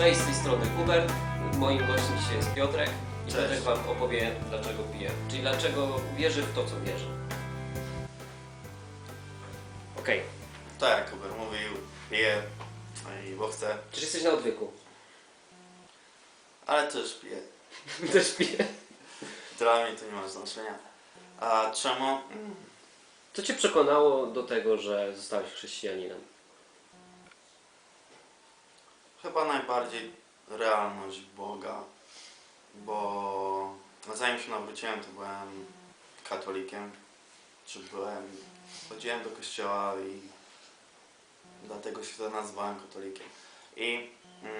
Hej, z tej strony Hubert. Moim gościem dzisiaj jest Piotrek. I Cześć. Piotrek Wam opowie, dlaczego pije. Czyli dlaczego wierzy w to, co wierzy. Okej. Tak jak Hubert mówił, piję, bo chcę, Czy jesteś na odwyku? ale też piję. Też piję. Dla mnie to nie ma znaczenia. A czemu? Co Cię przekonało do tego, że zostałeś chrześcijaninem? Chyba najbardziej realność Boga, bo zanim się nawróciłem, to byłem katolikiem, chodziłem do kościoła i dlatego się to nazwałem katolikiem. I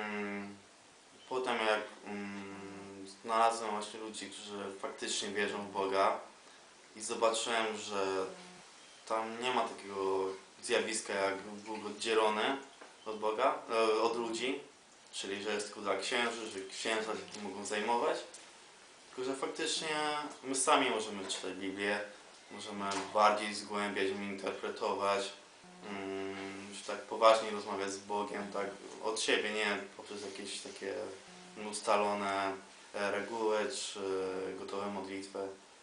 potem jak znalazłem właśnie ludzi, którzy faktycznie wierzą w Boga i zobaczyłem, że tam nie ma takiego zjawiska jak Bóg oddzielony od Boga, od ludzi, czyli że jest tylko dla księży, że księża się tym mogą zajmować, tylko że faktycznie my sami możemy czytać Biblię, możemy bardziej zgłębiać, interpretować, już tak poważnie rozmawiać z Bogiem, tak od siebie, nie poprzez jakieś takie ustalone reguły czy gotowe modlitwy.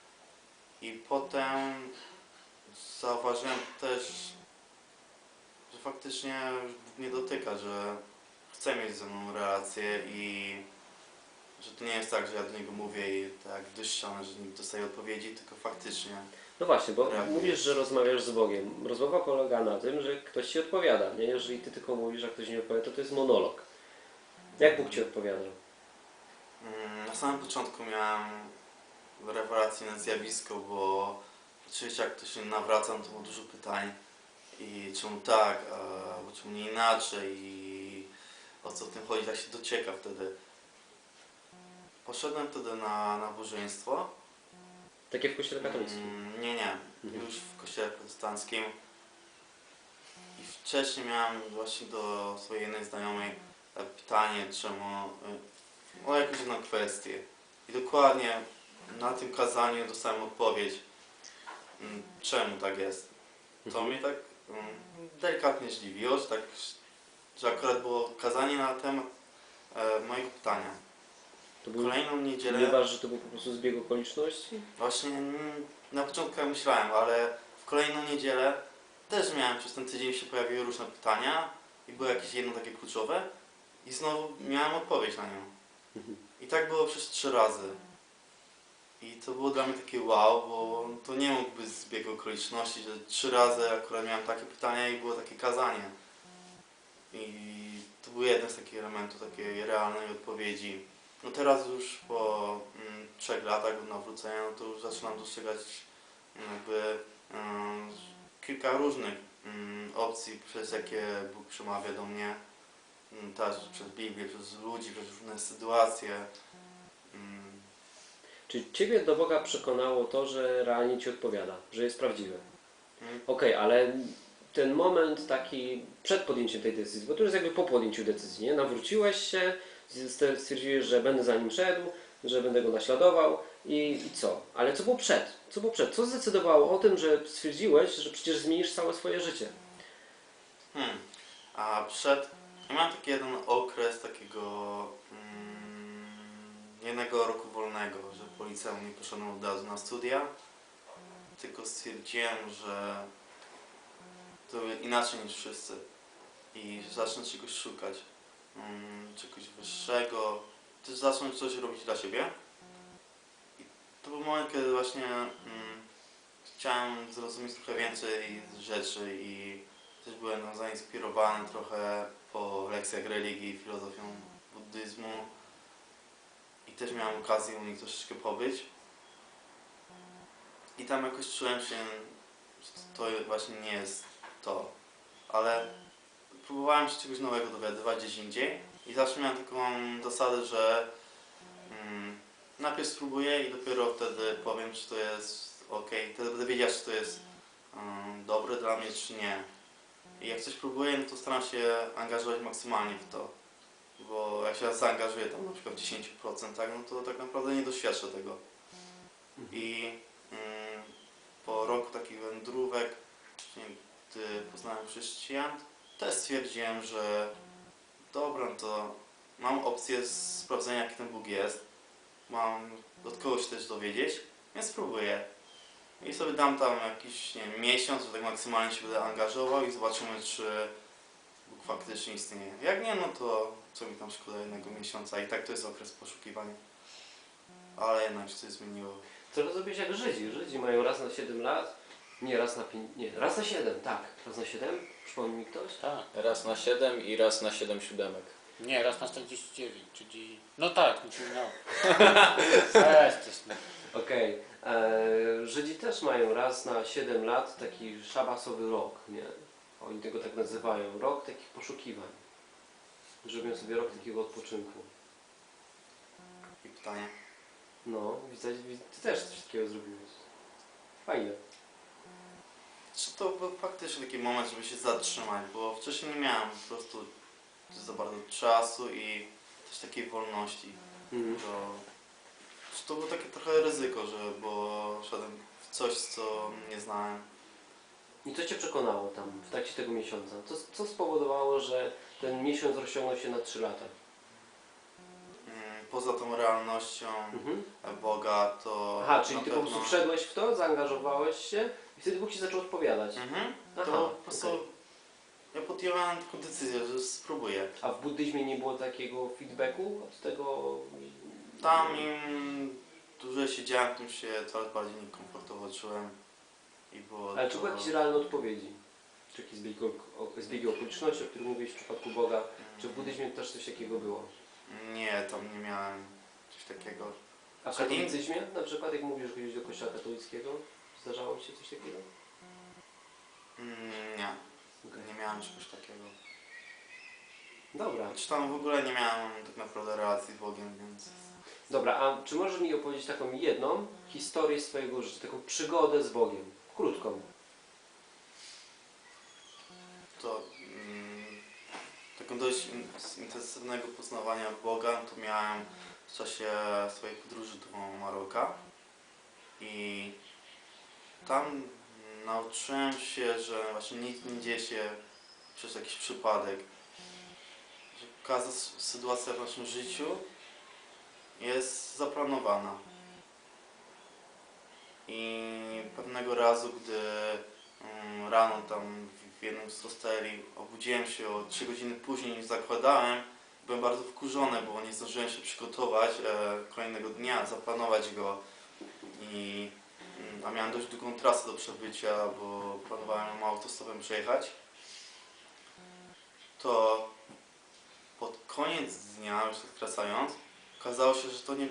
I potem zauważyłem też, że faktycznie Bóg mnie dotyka, że chce mieć ze mną relację i że to nie jest tak, że ja do Niego mówię i tak dość ścianę, że nie dostaję odpowiedzi, tylko faktycznie. No właśnie, bo Reagujesz. mówisz, że rozmawiasz z Bogiem. Rozmowa polega na tym, że ktoś Ci odpowiada. Nie? Jeżeli Ty tylko mówisz, a ktoś nie odpowiada, to jest monolog. Jak Bóg Ci odpowiada? Na samym początku miałem rewelację na zjawisko, bo oczywiście jak ktoś się nawraca, to było dużo pytań i czemu tak, albo czemu nie inaczej i o co w tym chodzi, tak się docieka wtedy. Poszedłem wtedy na nabożeństwo. Takie w kościele katolickim. Nie, już w kościele protestanckim. I wcześniej miałem właśnie do swojej jednej znajomej pytanie, czemu, o jakąś jedną kwestię. I dokładnie na tym kazaniu dostałem odpowiedź, czemu tak jest. To mnie tak delikatnie zdziwiło, że akurat było kazanie na temat mojego pytania. To był, Kolejną nie niedzielę, uważasz, że to był po prostu zbieg okoliczności? właśnie na początku jak myślałem, ale w kolejną niedzielę też miałem, przez ten tydzień się pojawiły różne pytania i było jakieś jedno takie kluczowe i znowu miałem odpowiedź na nią. I tak było przez 3 razy. I to było dla mnie takie wow, bo to nie mógł być zbieg okoliczności, że 3 razy akurat miałem takie pytania i było takie kazanie. I to był jeden z takich elementów takiej realnej odpowiedzi. No teraz już po 3 latach od nawrócenia, no to już zaczynam dostrzegać jakby kilka różnych opcji, przez jakie Bóg przemawia do mnie. Też przez Biblię, przez ludzi, przez różne sytuacje. Czy Ciebie do Boga przekonało to, że realnie Ci odpowiada, że jest prawdziwy? Okej, ale ten moment taki przed podjęciem tej decyzji, bo to jest jakby po podjęciu decyzji, nie? Nawróciłeś się, stwierdziłeś, że będę za nim szedł, że będę go naśladował i co? Ale co było przed? Co było przed? Co zdecydowało o tym, że stwierdziłeś, że przecież zmienisz całe swoje życie? A ja miałem taki jeden okres takiego jednego roku wolnego, że po liceum nie poszedłem od razu na studia, tylko stwierdziłem, że to inaczej niż wszyscy i zacznę czegoś szukać, czegoś wyższego, też zacznę coś robić dla siebie. I to był moment, kiedy właśnie chciałem zrozumieć trochę więcej rzeczy i też byłem zainspirowany trochę po lekcjach religii, filozofią buddyzmu i też miałem okazję u nich troszeczkę pobyć. I tam jakoś czułem się, że to właśnie nie jest to, ale próbowałem się czegoś nowego dowiadywać gdzieś indziej i zawsze miałem taką zasadę, że najpierw spróbuję i dopiero wtedy powiem, czy to jest ok, wtedy będę wiedział, czy to jest dobre dla mnie, czy nie. I jak coś próbuję, no to staram się angażować maksymalnie w to, bo jak się zaangażuję tam na przykład w 10%, no to tak naprawdę nie doświadczę tego. I po roku takich wędrówek, gdy poznałem chrześcijan, też stwierdziłem, że dobra, to mam opcję sprawdzenia, jaki ten Bóg jest. Mam od kogoś też dowiedzieć, więc spróbuję. I sobie dam tam jakiś, nie wiem, miesiąc, że tak maksymalnie się będę angażował i zobaczymy, czy Bóg faktycznie istnieje. Jak nie, no to co mi tam szkoda jednego miesiąca. I tak to jest okres poszukiwania. Ale jednak się coś zmieniło. Trochę zrobiłeś jak Żydzi. Żydzi mają raz na 7 lat. Nie, raz na 5. Nie, raz na 7, tak. Raz na 7? Przypomni mi ktoś? Tak. Raz na 7 i raz na 7 siódemek. Nie, raz na 49, czyli... No tak, no. Jesteśmy. Okej. Żydzi też mają raz na 7 lat taki szabasowy rok, nie? Oni tego tak nazywają. Rok takich poszukiwań. Zrobią sobie rok takiego odpoczynku. I pytanie. No, widzę, ty też coś takiego zrobiłeś. Fajnie. Czy to był faktycznie taki moment, żeby się zatrzymać, bo wcześniej nie miałem po prostu za bardzo czasu i też takiej wolności. Mhm. Czy to było takie trochę ryzyko, bo szedłem w coś, co nie znałem. I co Cię przekonało tam w trakcie tego miesiąca? Co spowodowało, że ten miesiąc rozciągnął się na 3 lata? Poza tą realnością Mhm. Boga, to Aha, czyli na Ty po pewno... prostu wszedłeś w to, zaangażowałeś się i wtedy Bóg Ci zaczął odpowiadać. Mhm. Aha, To po prostu okej. ja podjęłam taką decyzję, że spróbuję. A w buddyzmie nie było takiego feedbacku od tego? Tam im dłużej siedziałem, tym się coraz bardziej niekomfortowo czułem. I było Ale czy to... były jakieś realne odpowiedzi? Czy jakieś zbiegi okoliczności, o których mówiłeś w przypadku Boga? Czy w buddyzmie też coś takiego było? Nie, tam nie miałem coś takiego. A w Czyli- katolicyzmie na przykład, jak mówisz, że chodzisz do kościoła katolickiego, zdarzało Ci się coś takiego? Nie, Okej. nie miałem czegoś takiego. Dobra. Czy tam w ogóle nie miałem tak naprawdę relacji z Bogiem, więc... Dobra, a czy możesz mi opowiedzieć taką jedną historię z Twojego życia, taką przygodę z Bogiem? Krótką. To taką dość intensywnego poznawania Boga to miałem w czasie swojej podróży do Maroka. I tam nauczyłem się, że właśnie nic nie dzieje się przez jakiś przypadek. Że każda sytuacja w naszym życiu jest zaplanowana. I pewnego razu, gdy rano tam w jednym z hosteli obudziłem się o 3 godziny później niż zakładałem, byłem bardzo wkurzony, bo nie zdążyłem się przygotować kolejnego dnia, zaplanować go. A miałem dość długą trasę do przebycia, bo planowałem autostopem przejechać. To pod koniec dnia, już tak skracając, okazało się, że to nie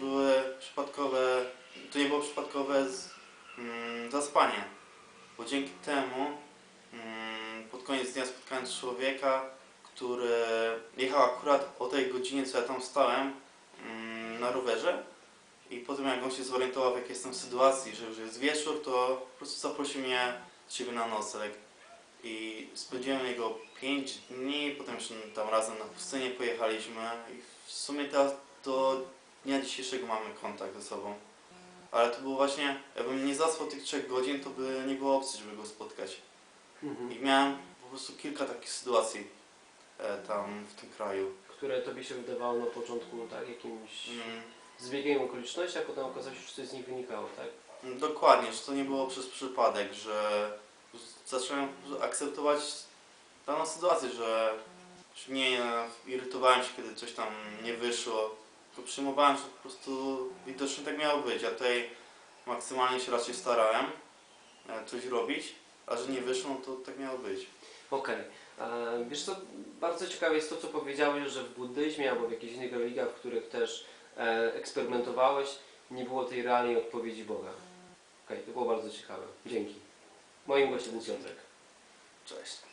było przypadkowe zaspanie. Bo dzięki temu pod koniec dnia spotkałem człowieka, który jechał akurat o tej godzinie, co ja tam stałem, na rowerze. I potem jak on się zorientował, w jakiej jestem sytuacji, że już jest wieczór, to po prostu zaprosił mnie do siebie na nocleg. I spędziłem jego 5 dni, potem jeszcze tam razem na pustynię pojechaliśmy i w sumie teraz do dnia dzisiejszego mamy kontakt ze sobą. Ale to było właśnie, jakbym nie zaspał tych 3 godzin, to by nie było opcji, żeby go spotkać. Mhm. I miałem po prostu kilka takich sytuacji tam w tym kraju. Które Tobie się wydawało na początku tak, jakimś zbiegiem okoliczności, a potem okazało się, że coś z nich wynikało, tak? Dokładnie, że to nie było przez przypadek, że zacząłem akceptować daną sytuację, że nie irytowałem się, kiedy coś tam nie wyszło, tylko przyjmowałem, że po prostu widocznie tak miało być, a tutaj maksymalnie się raczej starałem coś robić, a że nie wyszło, no to tak miało być. Okej. Wiesz co, bardzo ciekawe jest to, co powiedziałeś, że w buddyzmie albo w jakichś innych religiach, w których też eksperymentowałeś, nie było tej realnej odpowiedzi Boga. Okej, to było bardzo ciekawe. Dzięki. Moim gościem był Piotrek. Cześć.